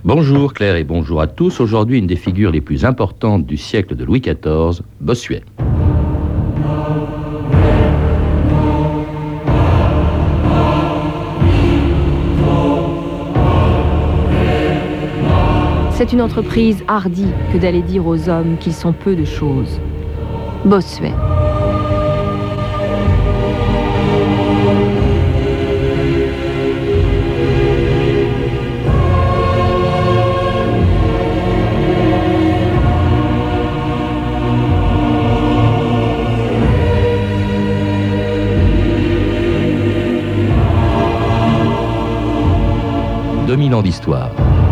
Bonjour Claire et bonjour à tous. Aujourd'hui, une des figures les plus importantes du siècle de Louis XIV, Bossuet. C'est une entreprise hardie que d'aller dire aux hommes qu'ils sont peu de choses. Bossuet. « 2000 ans d'histoire.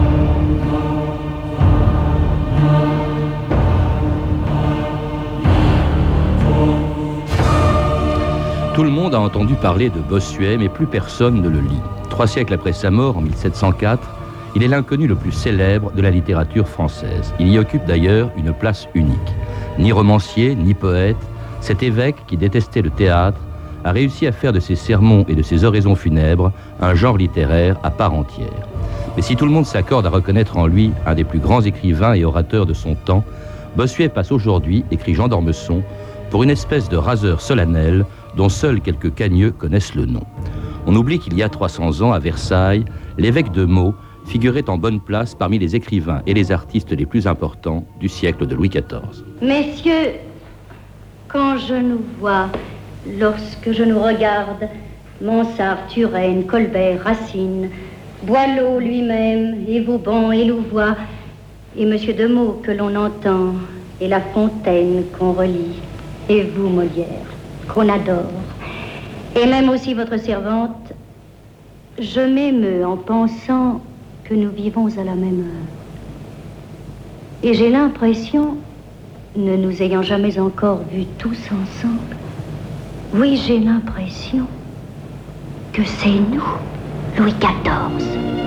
Tout le monde a entendu parler de Bossuet, mais plus personne ne le lit. 3 siècles après sa mort, en 1704, il est l'inconnu le plus célèbre de la littérature française. Il y occupe d'ailleurs une place unique. Ni romancier, ni poète, cet évêque qui détestait le théâtre a réussi à faire de ses sermons et de ses oraisons funèbres un genre littéraire à part entière. Mais si tout le monde s'accorde à reconnaître en lui un des plus grands écrivains et orateurs de son temps, Bossuet passe aujourd'hui, écrit Jean d'Ormesson, pour une espèce de raseur solennel dont seuls quelques cagneux connaissent le nom. On oublie qu'il y a 300 ans, à Versailles, l'évêque de Meaux figurait en bonne place parmi les écrivains et les artistes les plus importants du siècle de Louis XIV. Messieurs, quand je nous vois, lorsque je nous regarde, Mansart, Turenne, Colbert, Racine, Boileau lui-même, et Vauban et Louvois, et Monsieur de Meaux que l'on entend, et La Fontaine qu'on relit, et vous, Molière, qu'on adore, et même aussi votre servante, je m'émeus en pensant que nous vivons à la même heure. Et j'ai l'impression, ne nous ayant jamais encore vus tous ensemble, oui, j'ai l'impression que c'est nous, Louis XIV.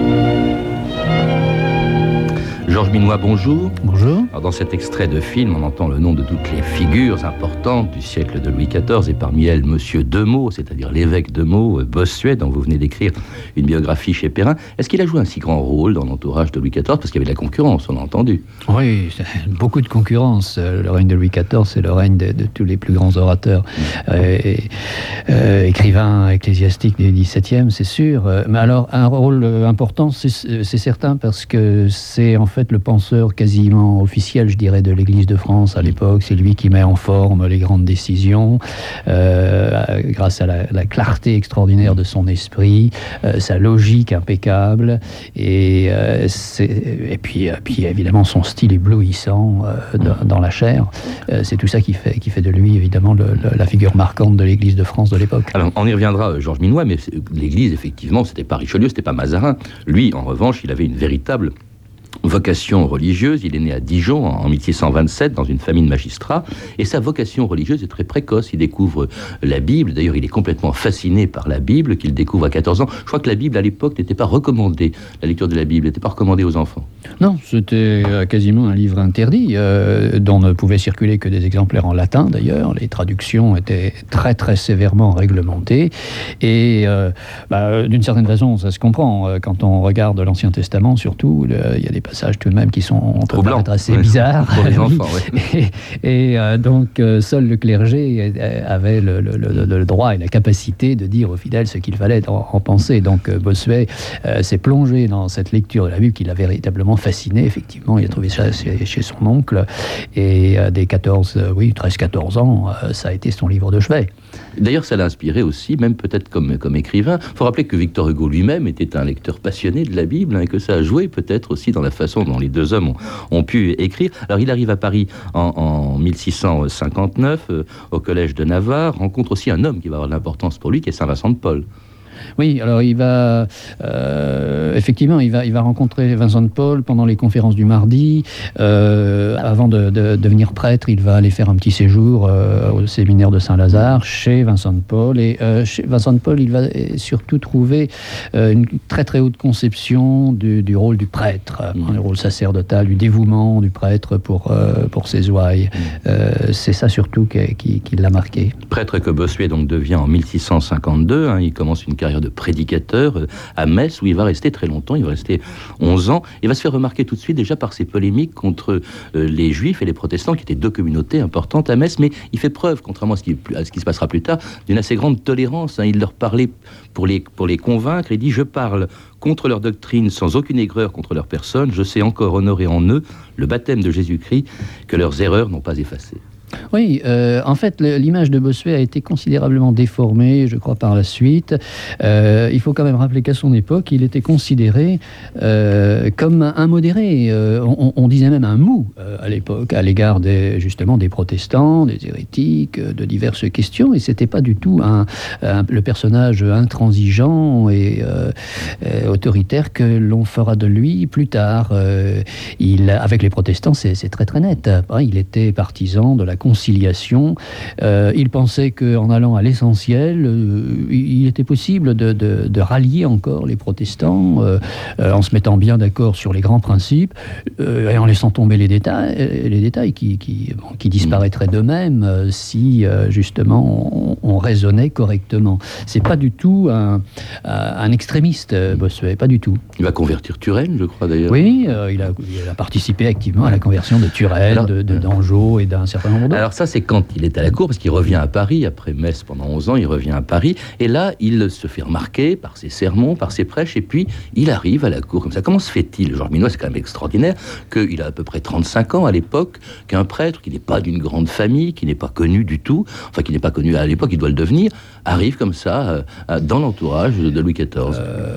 Georges Minois, bonjour. Bonjour. Alors, dans cet extrait de film, on entend le nom de toutes les figures importantes du siècle de Louis XIV, et parmi elles, Monsieur de Meaux, c'est-à-dire l'évêque de Meaux, Bossuet, dont vous venez d'écrire une biographie chez Perrin. Est-ce qu'il a joué un si grand rôle dans l'entourage de Louis XIV? Parce qu'il y avait de la concurrence, on l'a entendu. Oui, beaucoup de concurrence. Le règne de Louis XIV, c'est le règne de tous les plus grands orateurs, écrivains ecclésiastiques du XVIIe, c'est sûr. Mais alors, un rôle important, c'est certain, parce que c'est en fait le penseur quasiment officiel, je dirais, de l'Église de France à l'époque. C'est lui qui met en forme les grandes décisions, grâce à la clarté extraordinaire de son esprit, sa logique impeccable, et puis évidemment son style éblouissant dans la chair. C'est tout ça qui fait de lui évidemment la figure marquante de l'Église de France de l'époque. Alors on y reviendra, Georges Minois, mais l'Église, effectivement, c'était pas Richelieu, c'était pas Mazarin. Lui, en revanche, il avait une véritable vocation religieuse. Il est né à Dijon en 1627 dans une famille de magistrats, et sa vocation religieuse est très précoce. Il découvre la Bible, d'ailleurs il est complètement fasciné par la Bible qu'il découvre à 14 ans. Je crois que la Bible à l'époque n'était pas recommandée, la lecture de la Bible n'était pas recommandée aux enfants. Non, c'était quasiment un livre interdit, dont ne pouvaient circuler que des exemplaires en latin d'ailleurs. Les traductions étaient très très sévèrement réglementées, et d'une certaine façon ça se comprend. Quand on regarde l'Ancien Testament surtout, il y a des passages tout de même qui sont peut-être assez bizarres pour les enfants. Oui. Et donc seul le clergé avait le droit et la capacité de dire aux fidèles ce qu'il fallait en penser. Donc Bossuet s'est plongé dans cette lecture de la Bible qui l'a véritablement fasciné. Effectivement, il a trouvé ça chez son oncle, et dès 13-14 ans, ça a été son livre de chevet. D'ailleurs, ça l'a inspiré aussi, même peut-être comme écrivain. Il faut rappeler que Victor Hugo lui-même était un lecteur passionné de la Bible, et que ça a joué peut-être aussi dans la façon dont les deux hommes ont pu écrire. Alors, il arrive à Paris en 1659, au collège de Navarre, rencontre aussi un homme qui va avoir de l'importance pour lui, qui est Saint Vincent de Paul. Oui, alors il va effectivement, il va rencontrer Vincent de Paul pendant les conférences du mardi. Avant de devenir prêtre, il va aller faire un petit séjour au séminaire de Saint-Lazare chez Vincent de Paul. Et chez Vincent de Paul, il va surtout trouver une très très haute conception du rôle du prêtre, le rôle sacerdotal, du dévouement du prêtre pour ses ouailles. C'est ça surtout qui l'a marqué. Prêtre que Bossuet donc devient en 1652. Il commence une carrière carrière de prédicateur à Metz, où il va rester très longtemps, il va rester 11 ans. Il va se faire remarquer tout de suite déjà par ses polémiques contre les juifs et les protestants, qui étaient deux communautés importantes à Metz, mais il fait preuve, contrairement à ce qui se passera plus tard, d'une assez grande tolérance. Il leur parlait pour les convaincre, il dit « Je parle contre leur doctrine sans aucune aigreur contre leur personne, je sais encore honorer en eux le baptême de Jésus-Christ que leurs erreurs n'ont pas effacé. » Oui, en fait, l'image de Bossuet a été considérablement déformée, je crois, par la suite. Il faut quand même rappeler qu'à son époque, il était considéré comme un modéré. On disait même un mou à l'époque, à l'égard justement des protestants, des hérétiques, de diverses questions. Et c'était pas du tout le personnage intransigeant et autoritaire que l'on fera de lui plus tard. Avec les protestants, c'est très très net. Il était partisan de la conciliation. Il pensait qu'en allant à l'essentiel, il était possible de rallier encore les protestants en se mettant bien d'accord sur les grands principes et en laissant tomber les détails qui disparaîtraient d'eux-mêmes si justement on raisonnait correctement. C'est pas du tout un extrémiste, Bossuet, pas du tout. Il va convertir Turenne, je crois d'ailleurs. Oui, il a participé activement à la conversion de Turenne, d'Anjou et d'un certain nombre d'autres. Alors ça, c'est quand il est à la cour, parce qu'il revient à Paris, après Metz pendant 11 ans, il revient à Paris, et là, il se fait remarquer par ses sermons, par ses prêches, et puis il arrive à la cour comme ça. Comment se fait-il, Georges Minois, c'est quand même extraordinaire, qu'il a à peu près 35 ans à l'époque, qu'un prêtre qui n'est pas d'une grande famille, qui n'est pas connu du tout, enfin qui n'est pas connu à l'époque, il doit le devenir, arrive comme ça dans l'entourage de Louis XIV.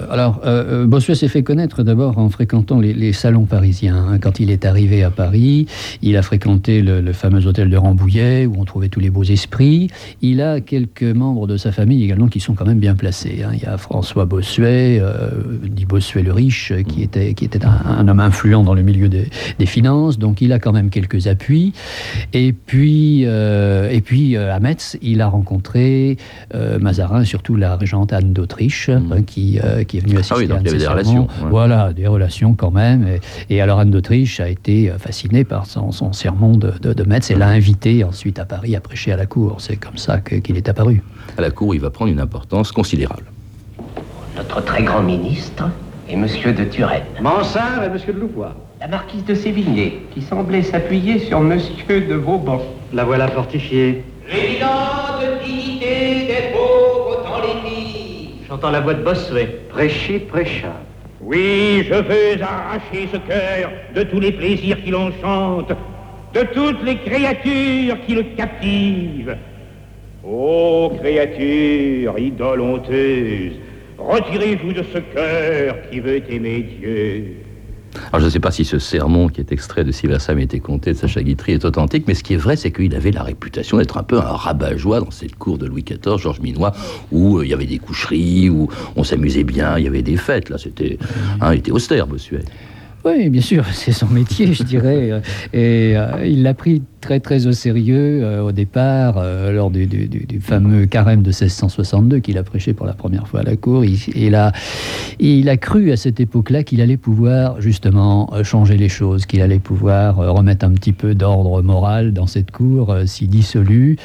Bossuet s'est fait connaître d'abord en fréquentant les salons parisiens. Quand il est arrivé à Paris, il a fréquenté le fameux hôtel de Rambouillet, où on trouvait tous les beaux esprits. Il a quelques membres de sa famille également qui sont quand même bien placés. Il y a François Bossuet, dit Bossuet le riche, qui était un homme influent dans le milieu des finances, donc il a quand même quelques appuis. Et puis à Metz, il a rencontré Mazarin, et surtout la régente Anne d'Autriche, qui est venue assister à un de ses sermons. Relations. Ouais. Voilà, des relations quand même. Et alors Anne d'Autriche a été fascinée par son sermon de Metz et l'a invité ensuite à Paris à prêcher à la cour. C'est comme ça qu'il est apparu. À la cour, il va prendre une importance considérable. Notre très grand ministre est Monsieur de Turenne. Mansart et Monsieur de Louvois. La marquise de Sévigné, qui semblait s'appuyer sur Monsieur de Vauban. La voilà fortifiée. L'évidente dignité des pauvres dans les vies. J'entends la voix de Bossuet. Prêcher, prêcha. Oui, je veux arracher ce cœur de tous les plaisirs qui l'enchantent, de toutes les créatures qui le captivent. Ô créatures, idole honteuse, retirez-vous de ce cœur qui veut aimer Dieu. Alors je ne sais pas si ce sermon qui est extrait de Si Versailles était compté de Sacha Guitry est authentique, mais ce qui est vrai, c'est qu'il avait la réputation d'être un peu un rabat-joie dans cette cour de Louis XIV, Georges Minois, où il y avait des coucheries, où on s'amusait bien, il y avait des fêtes. Là, il était austère, Bossuet. Oui, bien sûr, c'est son métier, je dirais. Et il l'a pris très très au sérieux au départ, lors du fameux carême de 1662 qu'il a prêché pour la première fois à la cour. Il a cru à cette époque-là qu'il allait pouvoir justement changer les choses, qu'il allait pouvoir remettre un petit peu d'ordre moral dans cette cour si dissolue.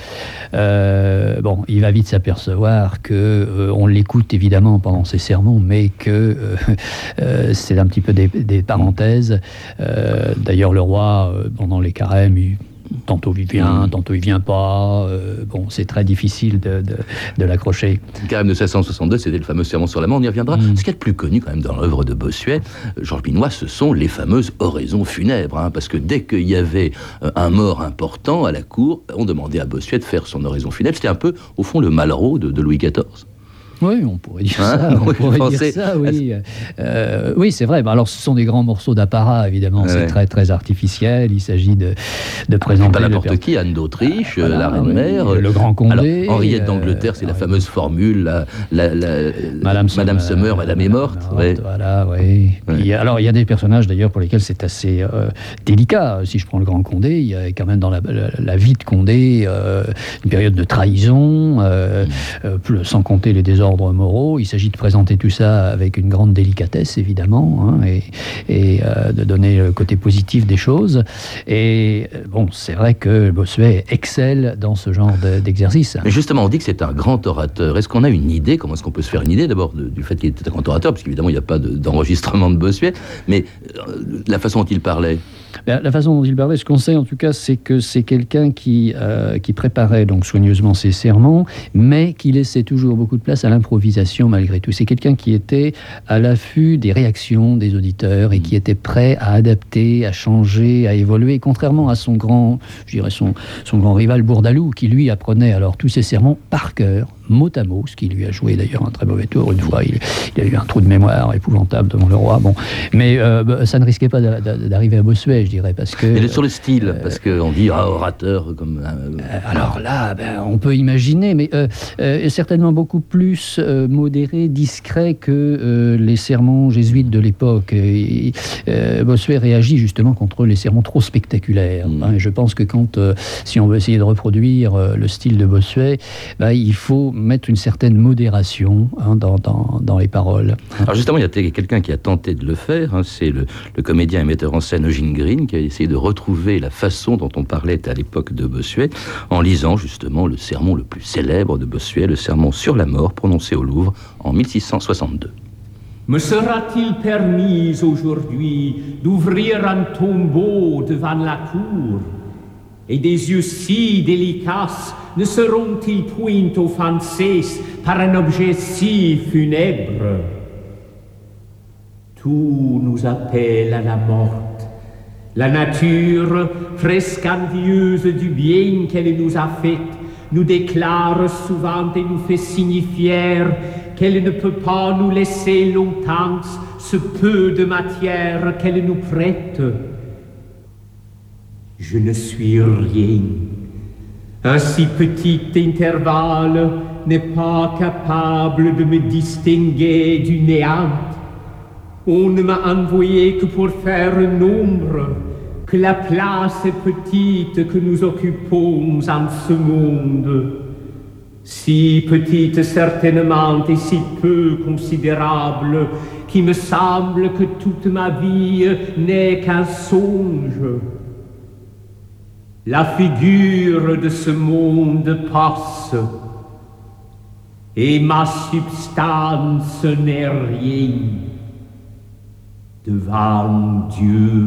Il va vite s'apercevoir que on l'écoute évidemment pendant ses sermons, mais que c'est un petit peu des parenthèses. D'ailleurs, le roi, pendant les carêmes, tantôt il vient, tantôt il vient pas. C'est très difficile de l'accrocher. Le carême de 1662, c'était le fameux sermon sur la mort, on y reviendra. Ce qu'il y a de plus connu quand même dans l'œuvre de Bossuet, Georges Minois, ce sont les fameuses oraisons funèbres. Parce que dès qu'il y avait un mort important à la cour, on demandait à Bossuet de faire son oraison funèbre. C'était un peu, au fond, le Malraux de Louis XIV. Oui, on pourrait dire ça. Oui, c'est vrai. Alors, ce sont des grands morceaux d'apparat, évidemment. C'est très, très artificiel. Il s'agit de présenter... Pas n'importe qui, Anne d'Autriche, la reine-mère... Le Grand Condé... Alors, Henriette d'Angleterre, c'est la fameuse formule, Madame Summer, Madame est morte. Voilà, oui. Oui. Alors, il y a des personnages, d'ailleurs, pour lesquels c'est assez délicat. Si je prends le Grand Condé, il y a quand même dans la vie de Condé une période de trahison, sans compter les désordres d'ordre moraux. Il s'agit de présenter tout ça avec une grande délicatesse, évidemment, hein, et de donner le côté positif des choses. Et bon, c'est vrai que Bossuet excelle dans ce genre d'exercice. Mais justement, on dit que c'est un grand orateur. Est-ce qu'on a une idée, comment est-ce qu'on peut se faire une idée d'abord du fait qu'il était un grand orateur, parce qu'évidemment il n'y a pas d'enregistrement de Bossuet, mais la façon dont il parlait? La façon dont il parlait, ce qu'on sait en tout cas, c'est que c'est quelqu'un qui préparait donc soigneusement ses sermons, mais qui laissait toujours beaucoup de place à l'improvisation malgré tout. C'est quelqu'un qui était à l'affût des réactions des auditeurs et qui était prêt à adapter, à changer, à évoluer, contrairement à son grand rival Bourdaloue, qui lui apprenait alors tous ses sermons par cœur, mot à mot, ce qui lui a joué d'ailleurs un très mauvais tour. Une fois, il a eu un trou de mémoire épouvantable devant le roi. Bon, mais ça ne risquait pas d'arriver à Bossuet, je dirais, parce que... Et sur le style, parce qu'on dit orateur comme... alors là, on peut imaginer, mais certainement beaucoup plus modéré, discret que les sermons jésuites de l'époque. Bossuet réagit justement contre les sermons trop spectaculaires. Hein, et je pense que si on veut essayer de reproduire le style de Bossuet, il faut mettre une certaine modération dans les paroles. Alors justement, il y a quelqu'un qui a tenté de le faire, hein, c'est le comédien et metteur en scène Eugene Green, qui a essayé de retrouver la façon dont on parlait à l'époque de Bossuet, en lisant justement le sermon le plus célèbre de Bossuet, le sermon sur la mort, prononcé au Louvre en 1662. Me sera-t-il permis aujourd'hui d'ouvrir un tombeau devant la cour? Et des yeux si délicats ne seront-ils point offensés par un objet si funèbre? Tout nous appelle à la mort. La nature, presque envieuse du bien qu'elle nous a fait, nous déclare souvent et nous fait signifier qu'elle ne peut pas nous laisser longtemps ce peu de matière qu'elle nous prête. Je ne suis rien. Un si petit intervalle n'est pas capable de me distinguer du néant. On ne m'a envoyé que pour faire nombre, que la place est petite que nous occupons en ce monde. Si petite certainement et si peu considérable, qu'il me semble que toute ma vie n'est qu'un songe. La figure de ce monde passe, et ma substance n'est rien devant Dieu.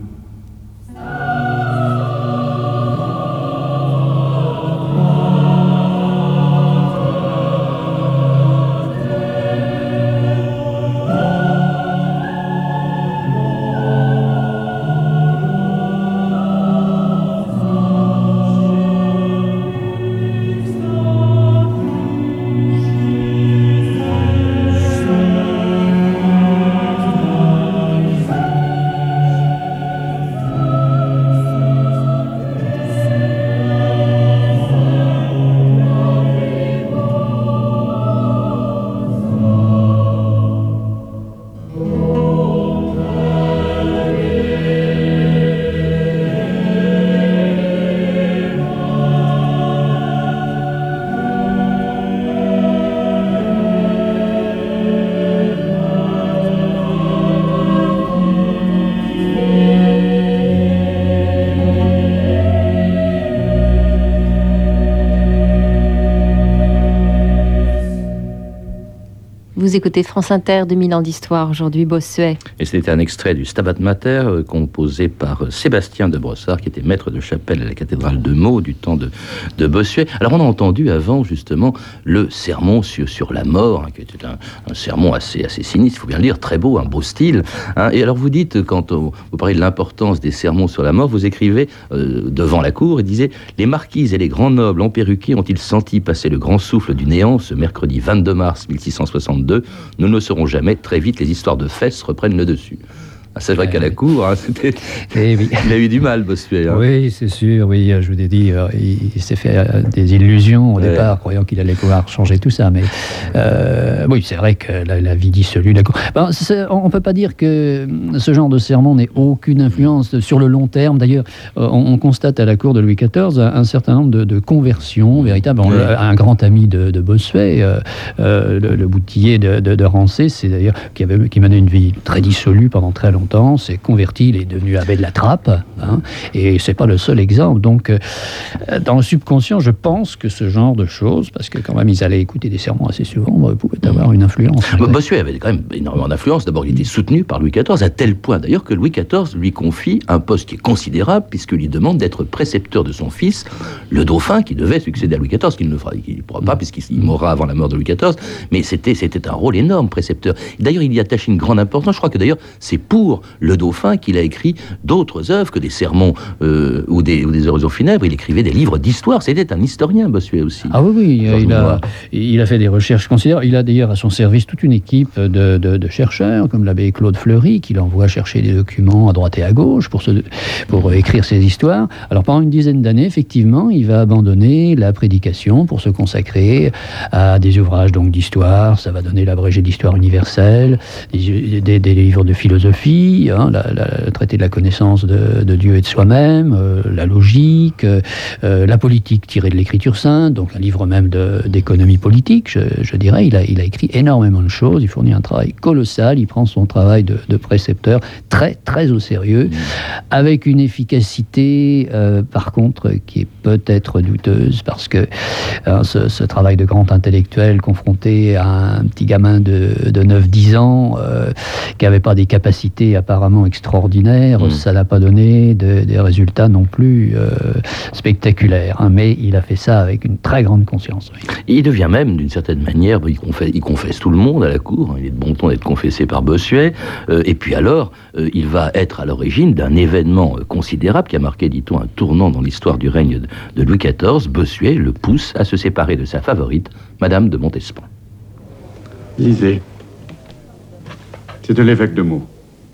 Vous écoutez France Inter, 2000 ans d'histoire, aujourd'hui Bossuet. Et c'était un extrait du Stabat Mater, composé par Sébastien de Brossard, qui était maître de chapelle à la cathédrale de Meaux du temps de Bossuet. Alors on a entendu avant justement le sermon sur la mort, hein, qui était un sermon assez sinistre, il faut bien le dire, très beau, un beau style. Hein. Et alors vous dites, quand vous parlez de l'importance des sermons sur la mort, vous écrivez devant la cour et disiez « Les marquises et les grands nobles emperruqués ont-ils senti passer le grand souffle du néant ce mercredi 22 mars 1662 ? Nous ne le saurons jamais. Très vite, les histoires de fesses reprennent le dessus. » Ah, c'est vrai qu'à la cour, hein, oui. Il a eu du mal, Bossuet. Hein. Oui, c'est sûr, oui, je vous ai dit, il s'est fait des illusions au départ, croyant qu'il allait pouvoir changer tout ça, mais oui, c'est vrai que la vie dissolue, la cour... Ben, on ne peut pas dire que ce genre de sermon n'ait aucune influence sur le long terme. D'ailleurs, on constate à la cour de Louis XIV un certain nombre de conversions véritables. Bon, un grand ami de Bossuet, le boutillier de Rancé, c'est d'ailleurs qui menait une vie très dissolue pendant très longtemps, s'est converti, il est devenu abbé de la Trappe, hein, et c'est pas le seul exemple. Donc, dans le subconscient, je pense que ce genre de choses, parce que quand même ils allaient écouter des sermons assez souvent, pouvaient avoir une influence. Bossuet avait quand même énormément d'influence. D'abord, il était soutenu par Louis XIV, à tel point d'ailleurs que Louis XIV lui confie un poste qui est considérable, puisqu'il lui demande d'être précepteur de son fils, le dauphin, qui devait succéder à Louis XIV, qu'il ne pourra pas, puisqu'il mourra avant la mort de Louis XIV, mais c'était un rôle énorme, précepteur. D'ailleurs, il y attache une grande importance. Je crois que d'ailleurs, c'est pour le dauphin qu'il a écrit d'autres œuvres que des sermons ou des oraisons funèbres. Il écrivait des livres d'histoire. C'était un historien, Bossuet aussi. Ah oui, il a fait des recherches considérables. Il a d'ailleurs à son service toute une équipe de chercheurs, comme l'abbé Claude Fleury, qui l'envoie chercher des documents à droite et à gauche pour écrire ses histoires. Alors pendant une dizaine d'années, effectivement, il va abandonner la prédication pour se consacrer à des ouvrages donc d'histoire. Ça va donner l'abrégé d'histoire universelle, des livres de philosophie, hein, le traité de la connaissance de Dieu et de soi-même, la logique, la politique tirée de l'écriture sainte, donc un livre même d'économie politique, je dirais. Il a écrit énormément de choses, il fournit un travail colossal, il prend son travail de précepteur très, très au sérieux, avec une efficacité, par contre, qui est peut-être douteuse, parce que ce travail de grand intellectuel confronté à un petit gamin de 9-10 ans, qui n'avait pas des capacités apparemment extraordinaires, ça n'a pas donné des résultats non plus spectaculaires, hein, mais il a fait ça avec une très grande conscience. Oui. Il devient même, d'une certaine manière, il confesse tout le monde à la cour, hein, il est de bon ton d'être confessé par Bossuet, et puis alors, il va être à l'origine d'un événement considérable qui a marqué, dit-on, un tournant dans l'histoire du règne de Louis XIV. Bossuet le pousse à se séparer de sa favorite, Madame de Montespan. Lisez. C'est de l'évêque de Meaux.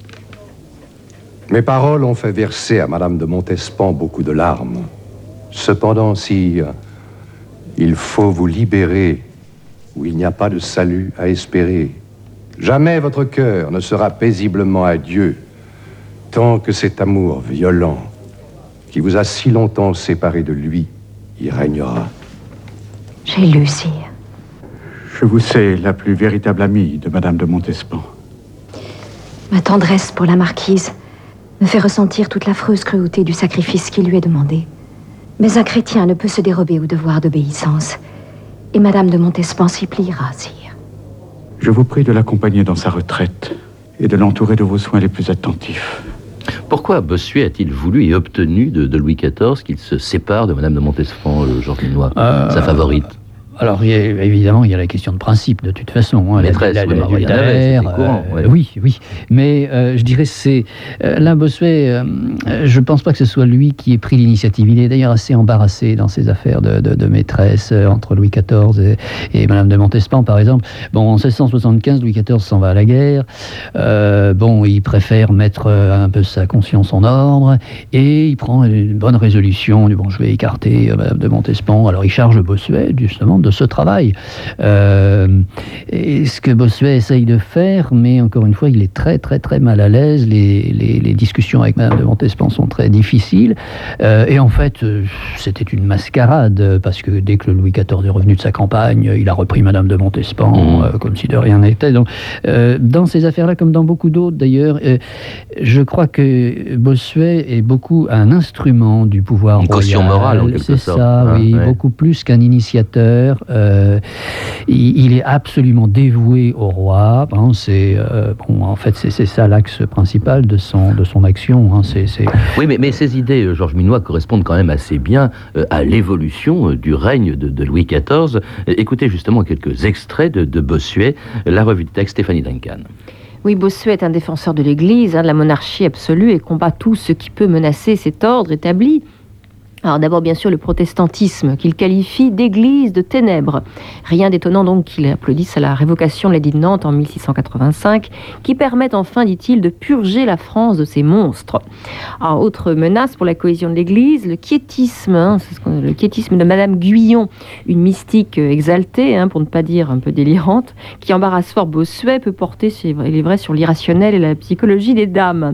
Mes paroles ont fait verser à Madame de Montespan beaucoup de larmes. Cependant, si il faut vous libérer, où il n'y a pas de salut à espérer, jamais votre cœur ne sera paisiblement à Dieu, tant que cet amour violent, qui vous a si longtemps séparé de lui, y régnera. J'ai lu, sire. Je vous sais la plus véritable amie de Madame de Montespan. Ma tendresse pour la marquise me fait ressentir toute l'affreuse cruauté du sacrifice qui lui est demandé. Mais un chrétien ne peut se dérober au devoir d'obéissance. Et Madame de Montespan s'y pliera, sire. Je vous prie de l'accompagner dans sa retraite et de l'entourer de vos soins les plus attentifs. Pourquoi Bossuet a-t-il voulu et obtenu de Louis XIV qu'il se sépare de Madame de Montespan, Georges Minois, sa favorite? Alors, évidemment, il y a la question de principe, de toute façon. Hein, oui, mais je dirais c'est... là, Bossuet, je ne pense pas que ce soit lui qui ait pris l'initiative. Il est d'ailleurs assez embarrassé dans ses affaires de maîtresse entre Louis XIV et Madame de Montespan, par exemple. Bon, en 1675, Louis XIV s'en va à la guerre. Il préfère mettre un peu sa conscience en ordre et il prend une bonne résolution. Bon, je vais écarter Madame de Montespan. Alors, il charge Bossuet, justement, de ce travail. Et ce que Bossuet essaye de faire, mais encore une fois, il est très, très, très mal à l'aise. Les discussions avec Madame de Montespan sont très difficiles. Et en fait, c'était une mascarade, parce que dès que Louis XIV est revenu de sa campagne, il a repris Madame de Montespan comme si de rien n'était. Donc, dans ces affaires-là, comme dans beaucoup d'autres d'ailleurs, je crois que Bossuet est beaucoup un instrument du pouvoir royal. Une caution morale, en quelque sorte. C'est ça, oui, beaucoup plus qu'un initiateur. Il est absolument dévoué au roi. Hein, en fait, c'est ça l'axe principal de son action. Hein, Oui, mais ces idées, Georges Minois, correspondent quand même assez bien à l'évolution du règne de Louis XIV. Écoutez justement quelques extraits de Bossuet, la revue de texte Stéphanie Duncan. Oui, Bossuet est un défenseur de l'Église, de la monarchie absolue, et combat tout ce qui peut menacer cet ordre établi. Alors d'abord, bien sûr, le protestantisme, qu'il qualifie d'église de ténèbres. Rien d'étonnant donc qu'il applaudisse à la révocation de l'édit de Nantes en 1685, qui permet enfin, dit-il, de purger la France de ces monstres. Alors, autre menace pour la cohésion de l'église, le quiétisme, le quiétisme de Madame Guyon, une mystique exaltée, pour ne pas dire un peu délirante, qui embarrasse fort Bossuet, peut porter, il est vrai, sur l'irrationnel et la psychologie des dames.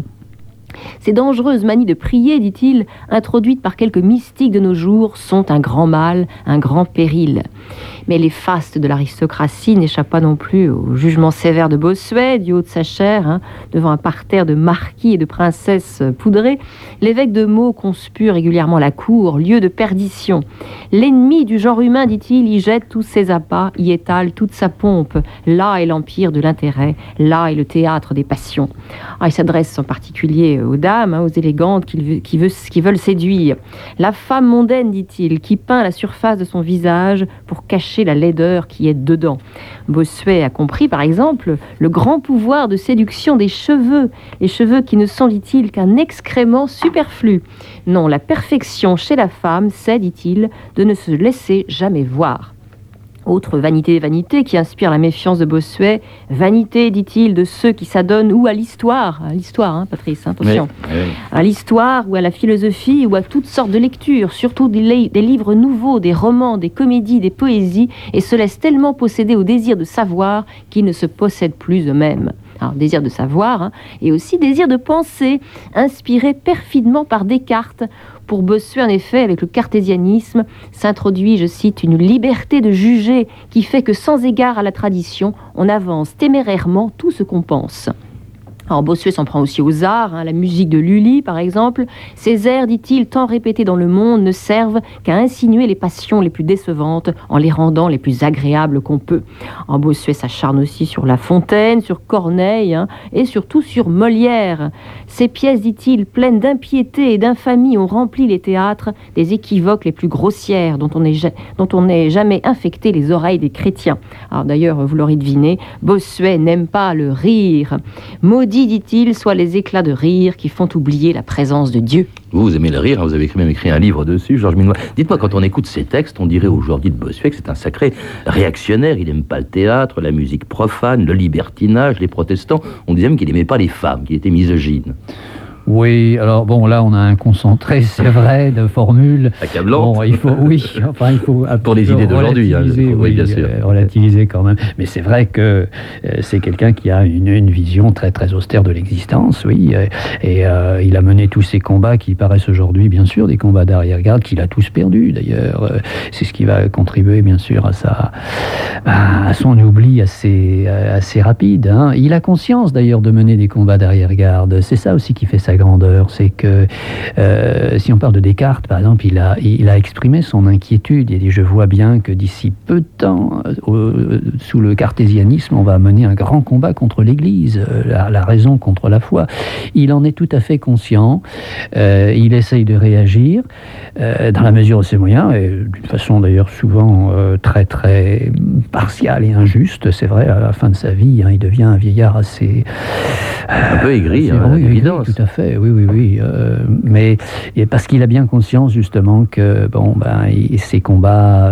Ces dangereuses manies de prier, dit-il, introduites par quelques mystiques de nos jours, sont un grand mal, un grand péril. Mais les fastes de l'aristocratie n'échappent pas non plus au jugement sévère de Bossuet, du haut de sa chair, devant un parterre de marquis et de princesses poudrées. L'évêque de Meaux conspue régulièrement la cour, lieu de perdition. L'ennemi du genre humain, dit-il, y jette tous ses appâts, y étale toute sa pompe. Là est l'empire de l'intérêt, là est le théâtre des passions. Il s'adresse en particulier aux dames, aux élégantes qui veulent séduire. La femme mondaine, dit-il, qui peint la surface de son visage pour cacher la laideur qui est dedans. Bossuet a compris, par exemple, le grand pouvoir de séduction des cheveux. Les cheveux qui ne sont, dit-il, qu'un excrément superflu. Non, la perfection chez la femme, c'est, dit-il, de ne se laisser jamais voir. Autre vanité qui inspire la méfiance de Bossuet, vanité, dit-il, de ceux qui s'adonnent ou à l'histoire, Patrice, attention, oui. À l'histoire ou à la philosophie ou à toutes sortes de lectures, surtout des livres nouveaux, des romans, des comédies, des poésies, et se laissent tellement posséder au désir de savoir qu'ils ne se possèdent plus eux-mêmes. Alors, désir de savoir, et aussi désir de penser, inspiré perfidement par Descartes. Pour Bossuet, en effet, avec le cartésianisme, s'introduit, je cite, une liberté de juger qui fait que, sans égard à la tradition, on avance témérairement tout ce qu'on pense. Alors Bossuet s'en prend aussi aux arts, la musique de Lully par exemple. Ces airs, dit-il, tant répétés dans le monde, ne servent qu'à insinuer les passions les plus décevantes en les rendant les plus agréables qu'on peut. Alors Bossuet s'acharne aussi sur La Fontaine, sur Corneille et surtout sur Molière. Ces pièces, dit-il, pleines d'impiété et d'infamie ont rempli les théâtres des équivoques les plus grossières dont on n'ait jamais infecté les oreilles des chrétiens. Alors d'ailleurs, vous l'aurez deviné, Bossuet n'aime pas le rire. Maudit, dit-il, soient les éclats de rire qui font oublier la présence de Dieu. Vous aimez le rire, vous avez même écrit un livre dessus, Georges Minois. Dites-moi, quand on écoute ces textes, on dirait aujourd'hui de Bossuet que c'est un sacré réactionnaire. Il n'aime pas le théâtre, la musique profane, le libertinage, les protestants. On disait même qu'il n'aimait pas les femmes, qu'il était misogyne. Oui, alors bon, là on a un concentré, c'est vrai, de formules. Accablant. Bon, il faut pour les idées d'aujourd'hui, oui, bien sûr. Relativiser quand même. Mais c'est vrai que c'est quelqu'un qui a une vision très très austère de l'existence, oui. Et il a mené tous ces combats qui paraissent aujourd'hui, bien sûr, des combats d'arrière-garde qu'il a tous perdus. D'ailleurs, c'est ce qui va contribuer, bien sûr, à son oubli assez rapide. Il a conscience d'ailleurs de mener des combats d'arrière-garde. C'est ça aussi qui fait sa grandeur, c'est que si on parle de Descartes, par exemple, il a exprimé son inquiétude. Il dit: je vois bien que d'ici peu de temps, sous le cartésianisme, on va mener un grand combat contre l'Église, la raison contre la foi. Il en est tout à fait conscient. Il essaye de réagir dans la mesure de ses moyens, et d'une façon d'ailleurs souvent très très partiale et injuste. C'est vrai, à la fin de sa vie, il devient un vieillard assez... un peu aigri, évidemment. Tout à fait. Oui. Mais parce qu'il a bien conscience justement que ces combats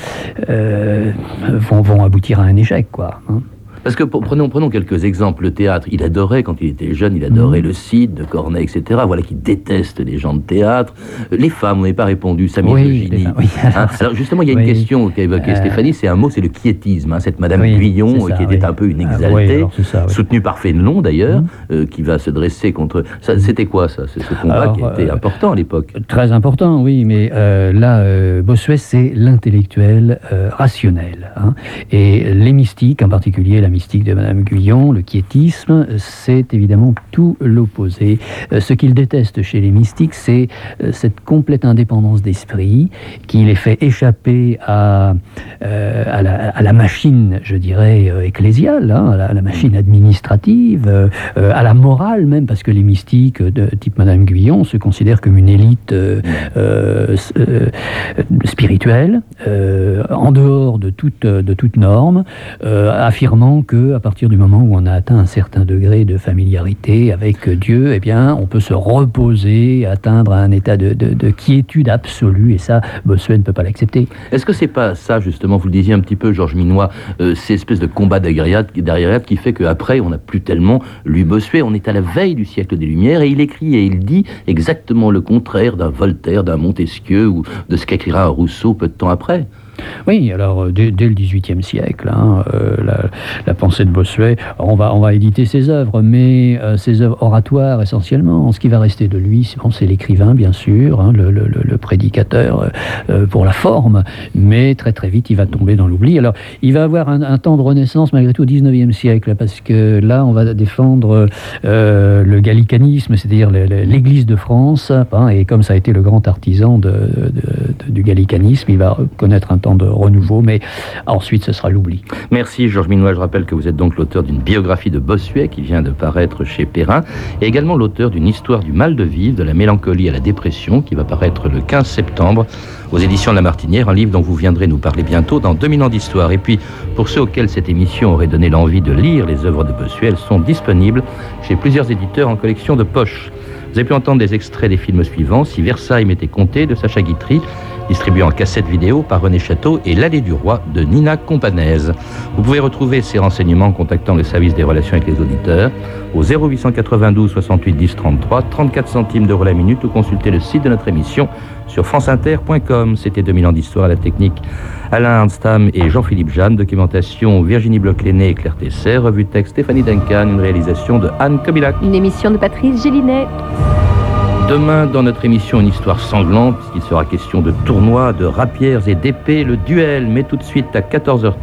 vont aboutir à un échec, quoi. Parce que prenons quelques exemples. Le théâtre, il adorait, quand il était jeune, il adorait le Cid de Corneille, etc. Voilà, qui déteste les gens de théâtre. Les femmes, on n'avait pas répondu, sa misogynie. Alors justement, il y a une question qu'a évoquée Stéphanie, c'est un mot, c'est le quiétisme. Cette Madame Guyon, qui était un peu une exaltée, soutenue par Fénelon d'ailleurs, qui va se dresser contre... C'était quoi ça, ce combat qui était important à l'époque? Très important, oui, mais là, Bossuet, c'est l'intellectuel rationnel. Et les mystiques, en particulier la mystique de Madame Guyon, le quiétisme, c'est évidemment tout l'opposé. Ce qu'il déteste chez les mystiques, c'est cette complète indépendance d'esprit qui les fait échapper à la machine, je dirais, ecclésiale, à la machine administrative, à la morale même, parce que les mystiques de type Madame Guyon se considèrent comme une élite spirituelle, en dehors de toute norme, affirmant disons qu'à partir du moment où on a atteint un certain degré de familiarité avec Dieu, eh bien, on peut se reposer, atteindre un état de quiétude absolue, et ça, Bossuet ne peut pas l'accepter. Est-ce que c'est pas ça, justement, vous le disiez un petit peu, Georges Minois, ces espèces de combats d'arriérade qui fait qu'après, on n'a plus tellement lu Bossuet, on est à la veille du siècle des Lumières, et il écrit et il dit exactement le contraire d'un Voltaire, d'un Montesquieu, ou de ce qu'écrira Rousseau peu de temps après. Oui, alors dès le XVIIIe siècle, la pensée de Bossuet, on va éditer ses œuvres, mais ses œuvres oratoires essentiellement. Ce qui va rester de lui, c'est l'écrivain, bien sûr, le prédicateur pour la forme, mais très très vite, il va tomber dans l'oubli. Alors, il va avoir un temps de renaissance malgré tout au XIXe siècle, parce que là, on va défendre le gallicanisme, c'est-à-dire l'Église de France, et comme ça a été le grand artisan du gallicanisme, il va connaître un temps de renouveau, mais ensuite ce sera l'oubli. Merci Georges Minois, je rappelle que vous êtes donc l'auteur d'une biographie de Bossuet qui vient de paraître chez Perrin, et également l'auteur d'une histoire du mal de vivre, de la mélancolie à la dépression, qui va paraître le 15 septembre aux éditions de La Martinière, un livre dont vous viendrez nous parler bientôt dans 2000 ans d'histoire. Et puis, pour ceux auxquels cette émission aurait donné l'envie de lire les œuvres de Bossuet, elles sont disponibles chez plusieurs éditeurs en collection de poche. Vous avez pu entendre des extraits des films suivants: Si Versailles m'était compté de Sacha Guitry, distribué en cassette vidéo par René Château, et L'Allée du Roi de Nina Companaise. Vous pouvez retrouver ces renseignements en contactant le service des relations avec les auditeurs au 0892 68 10 33, 34 centimes d'euros la minute, ou consulter le site de notre émission sur franceinter.com. C'était 2000 ans d'histoire, à la technique Alain Arnstam et Jean-Philippe Jeanne, documentation Virginie Bloch-Lenné et Claire Tesser, revue de texte Stéphanie Duncan, une réalisation de Anne Kobilac. Une émission de Patrice Gélinet. Demain, dans notre émission Une histoire sanglante, puisqu'il sera question de tournois, de rapières et d'épées, le duel, mais tout de suite à 14h30.